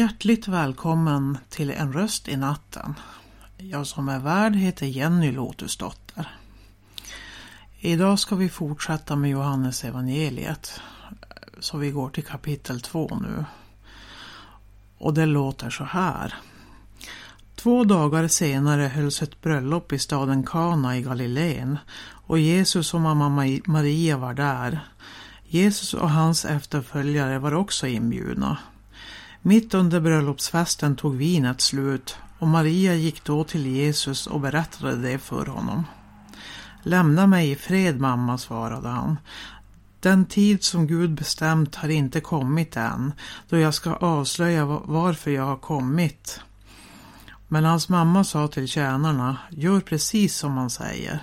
Hjärtligt välkommen till En röst i natten. Jag som är värd heter Jenny Lotusdotter. Idag ska vi fortsätta med Johannes evangeliet. Så vi går till kapitel 2 nu. Och det låter så här. 2 dagar senare hölls ett bröllop i staden Kana i Galileen. Och Jesus och mamma Maria var där. Jesus och hans efterföljare var också inbjudna. Mitt under bröllopsfesten tog vinet slut och Maria gick då till Jesus och berättade det för honom. Lämna mig i fred, mamma, svarade han. Den tid som Gud bestämt har inte kommit än, då jag ska avslöja varför jag har kommit. Men hans mamma sa till tjänarna, gör precis som han säger.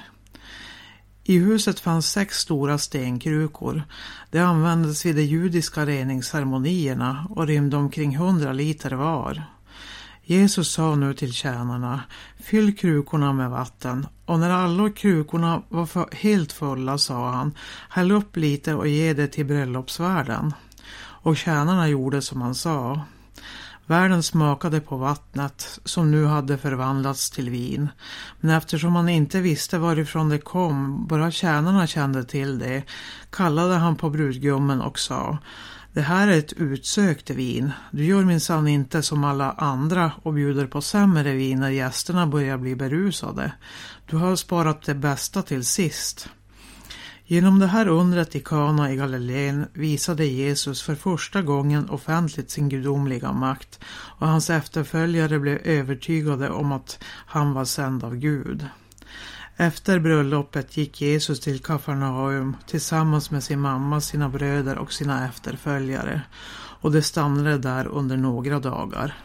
I huset fanns 6 stora stenkrukor. Det användes vid de judiska reningsceremonierna och rymde omkring 100 liter var. Jesus sa nu till tjänarna, fyll krukorna med vatten. Och när alla krukorna var helt fulla sa han, häll upp lite och ge det till bröllopsvärden. Och tjänarna gjorde som han sa. Värden smakade på vattnet som nu hade förvandlats till vin. Men eftersom han inte visste varifrån det kom, bara tjänarna kände till det, kallade han på brudgummen och sa, det här är ett utsökt vin. Du gör minsann inte som alla andra och bjuder på sämre vin när gästerna börjar bli berusade. Du har sparat det bästa till sist. Genom det här undret i Kana i Galileen visade Jesus för första gången offentligt sin gudomliga makt och hans efterföljare blev övertygade om att han var sänd av Gud. Efter bröllopet gick Jesus till Kafarnaum tillsammans med sin mamma, sina bröder och sina efterföljare och de stannade där under några dagar.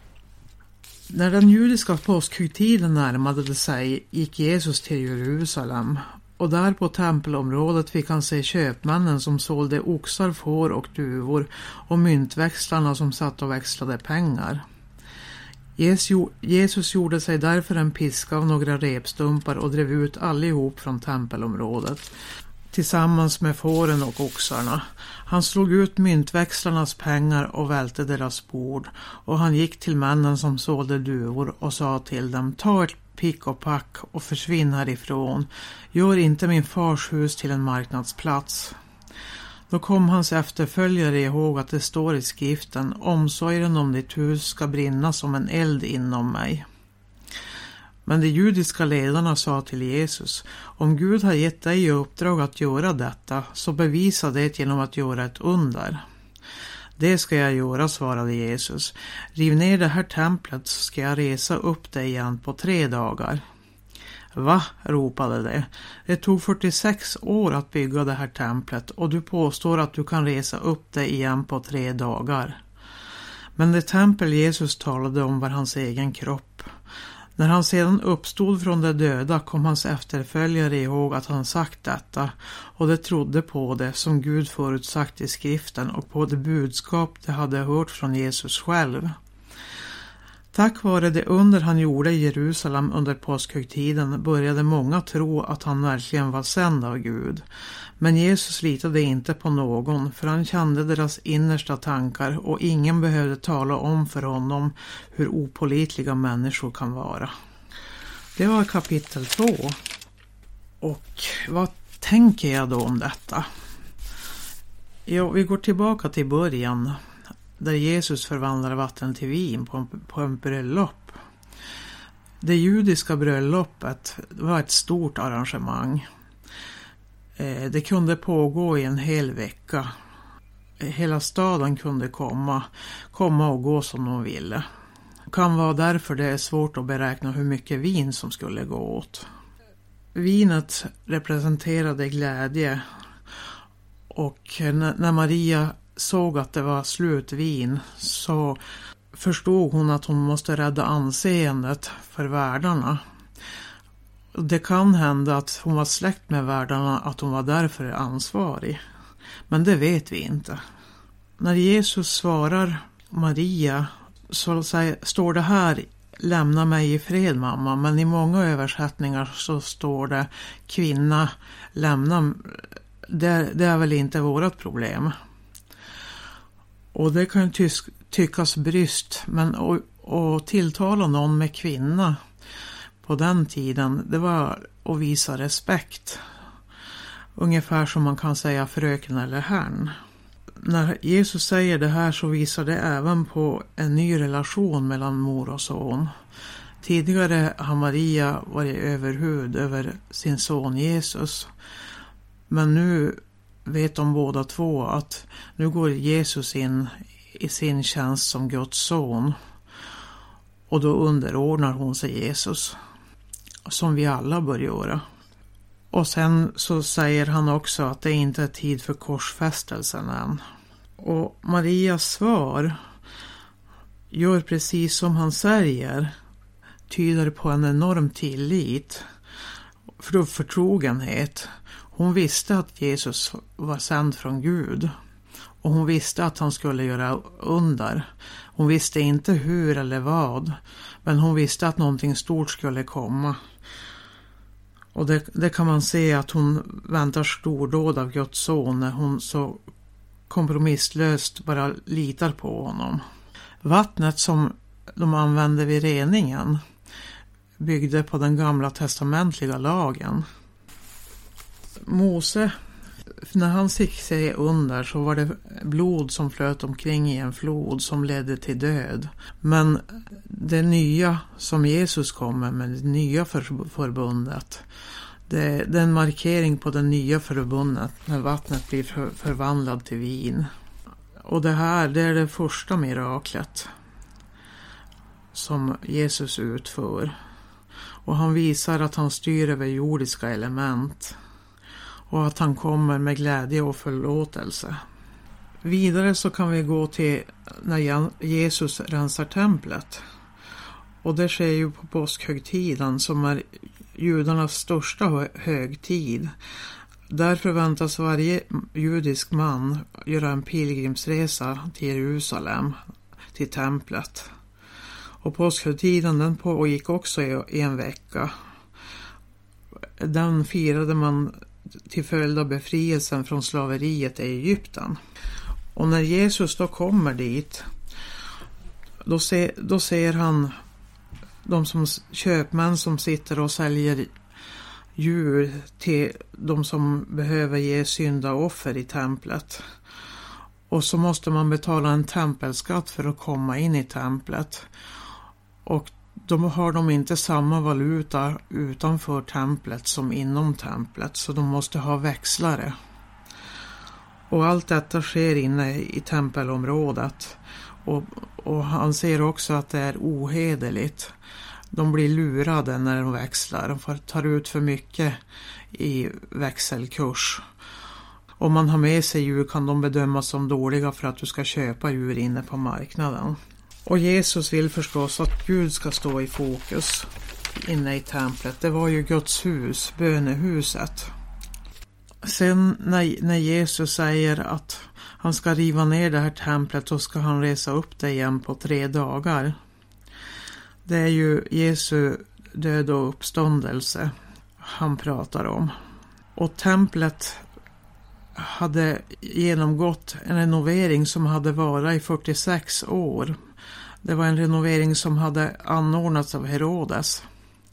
När den judiska påskhögtiden närmade sig gick Jesus till Jerusalem. Och där på tempelområdet fick han se köpmännen som sålde oxar, får och duvor och myntväxlarna som satt och växlade pengar. Jesus gjorde sig därför en piska av några repstumpar och drev ut allihop från tempelområdet tillsammans med fåren och oxarna. Han slog ut myntväxlarnas pengar och välte deras bord och han gick till männen som sålde duvor och sa till dem, ta ett pick och pack och försvinn härifrån. Gör inte min fars hus till en marknadsplats. Då kom hans efterföljare ihåg att det står i skriften, omsorgen om ditt hus ska brinna som en eld inom mig. Men de judiska ledarna sa till Jesus, om Gud har gett dig i uppdrag att göra detta, så bevisa det genom att göra ett under. Det ska jag göra, svarade Jesus. Riv ner det här templet så ska jag resa upp det igen på 3 dagar. Va, ropade det. Det tog 46 år att bygga det här templet och du påstår att du kan resa upp det igen på 3 dagar. Men det tempel Jesus talade om var hans egen kropp. När han sedan uppstod från de döda kom hans efterföljare ihåg att han sagt detta och de trodde på det som Gud förutsagt i skriften och på det budskap de hade hört från Jesus själv. Tack vare det under han gjorde i Jerusalem under påskhögtiden började många tro att han verkligen var sänd av Gud. Men Jesus litade inte på någon för han kände deras innersta tankar och ingen behövde tala om för honom hur opålitliga människor kan vara. Det var kapitel 2. Och vad tänker jag då om detta? Ja, vi går tillbaka till början där Jesus förvandlar vatten till vin på en bröllop. Det judiska bröllopet var ett stort arrangemang. Det kunde pågå i en hel vecka. Hela staden kunde komma och gå som de ville. Det kan vara därför det är svårt att beräkna hur mycket vin som skulle gå åt. Vinet representerade glädje och när Maria såg att det var slutvin så förstod hon att hon måste rädda anseendet för värdarna. Det kan hända att hon var släkt med värdarna, att hon var därför ansvarig. Men det vet vi inte. När Jesus svarar Maria så står det här, lämna mig i fred mamma. Men i många översättningar så står det, kvinna, lämna. Det är väl inte vårat problem. Och det kan tyckas bryst, men och tilltala någon med kvinna på den tiden, det var att visa respekt. Ungefär som man kan säga fröken eller herrn. När Jesus säger det här så visar det även på en ny relation mellan mor och son. Tidigare har Maria varit överhuvud över sin son Jesus. Men nu vet de båda två att nu går Jesus in i sin tjänst som Guds son. Och då underordnar hon sig Jesus. Som vi alla bör göra. Och sen så säger han också att det inte är tid för korsfästelsen än. Och Marias svar gör precis som han säger. Tyder på en enorm tillit. Förtrogenhet. Hon visste att Jesus var sänd från Gud. Och hon visste att han skulle göra under. Hon visste inte hur eller vad. Men hon visste att någonting stort skulle komma. Och det kan man se att hon väntar stordåd av Guds son när hon så kompromisslöst bara litar på honom. Vattnet som de använde vid reningen byggde på den gamla testamentliga lagen. Mose, när han fick se under så var det blod som flöt omkring i en flod som ledde till död. Men det nya som Jesus kommer med, det nya förbundet, det är en markering på det nya förbundet när vattnet blir förvandlat till vin. Och det är det första miraklet som Jesus utför. Och han visar att han styr över jordiska element. Och att han kommer med glädje och förlåtelse. Vidare så kan vi gå till när Jesus rensar templet. Och det sker ju på påskhögtiden som är judarnas största högtid. Där förväntas varje judisk man göra en pilgrimsresa till Jerusalem, till templet. Och påskhögtiden den pågick också i en vecka. Den firade man till följd av befrielsen från slaveriet i Egypten. Och när Jesus då kommer dit, då ser han de som köpmän som sitter och säljer djur till de som behöver ge syndaoffer i templet. Och så måste man betala en tempelskatt för att komma in i templet. Och då har de inte samma valuta utanför templet som inom templet, så de måste ha växlare. Och allt detta sker inne i tempelområdet. Och han ser också att det är ohederligt. De blir lurade när de växlar. De tar ut för mycket i växelkurs. Om man har med sig djur kan de bedömas som dåliga för att du ska köpa djur inne på marknaden. Och Jesus vill förstås att Gud ska stå i fokus inne i templet. Det var ju Guds hus, bönehuset. Sen när Jesus säger att han ska riva ner det här templet och ska han resa upp det igen på 3 dagar. Det är ju Jesu död och uppståndelse han pratar om. Och templet hade genomgått en renovering som hade varit i 46 år. Det var en renovering som hade anordnats av Herodes.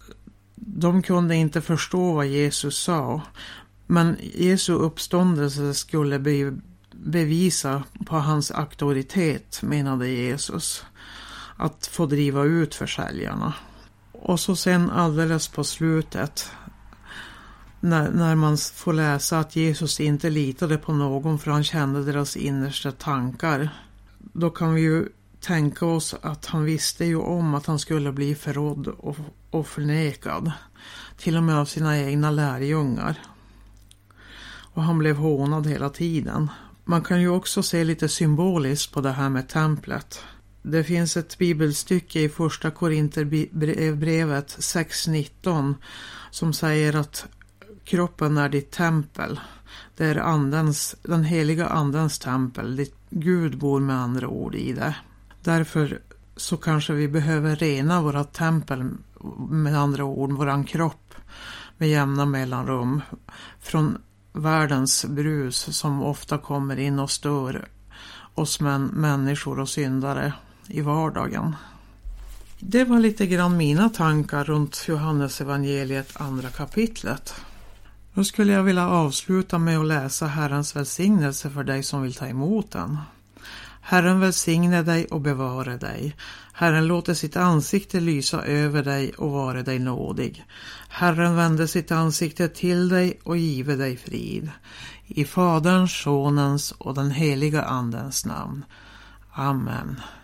De kunde inte förstå vad Jesus sa. Men Jesu uppståndelse skulle bevisa på hans auktoritet, menade Jesus. Att få driva ut försäljarna. Och så sen alldeles på slutet, när man får läsa att Jesus inte litade på någon för han kände deras innersta tankar. Då kan vi ju tänka oss att han visste ju om att han skulle bli förrådd och förnekad. Till och med av sina egna lärjungar. Och han blev hånad hela tiden. Man kan ju också se lite symboliskt på det här med templet. Det finns ett bibelstycke i första Korinterbrevet 6:19 som säger att kroppen är ditt tempel. Det är den heliga andens tempel. Ditt Gud bor med andra ord i det. Därför så kanske vi behöver rena våra tempel, med andra ord våran kropp, med jämna mellanrum från världens brus som ofta kommer in och stör oss människor och syndare i vardagen. Det var lite grann mina tankar runt Johannes evangeliet 2 kapitlet. Då skulle jag vilja avsluta med att läsa Herrens välsignelse för dig som vill ta emot den. Herren välsigne dig och bevare dig. Herren låter sitt ansikte lysa över dig och vare dig nådig. Herren vände sitt ansikte till dig och give dig frid. I Faderns, Sonens och den heliga Andens namn. Amen.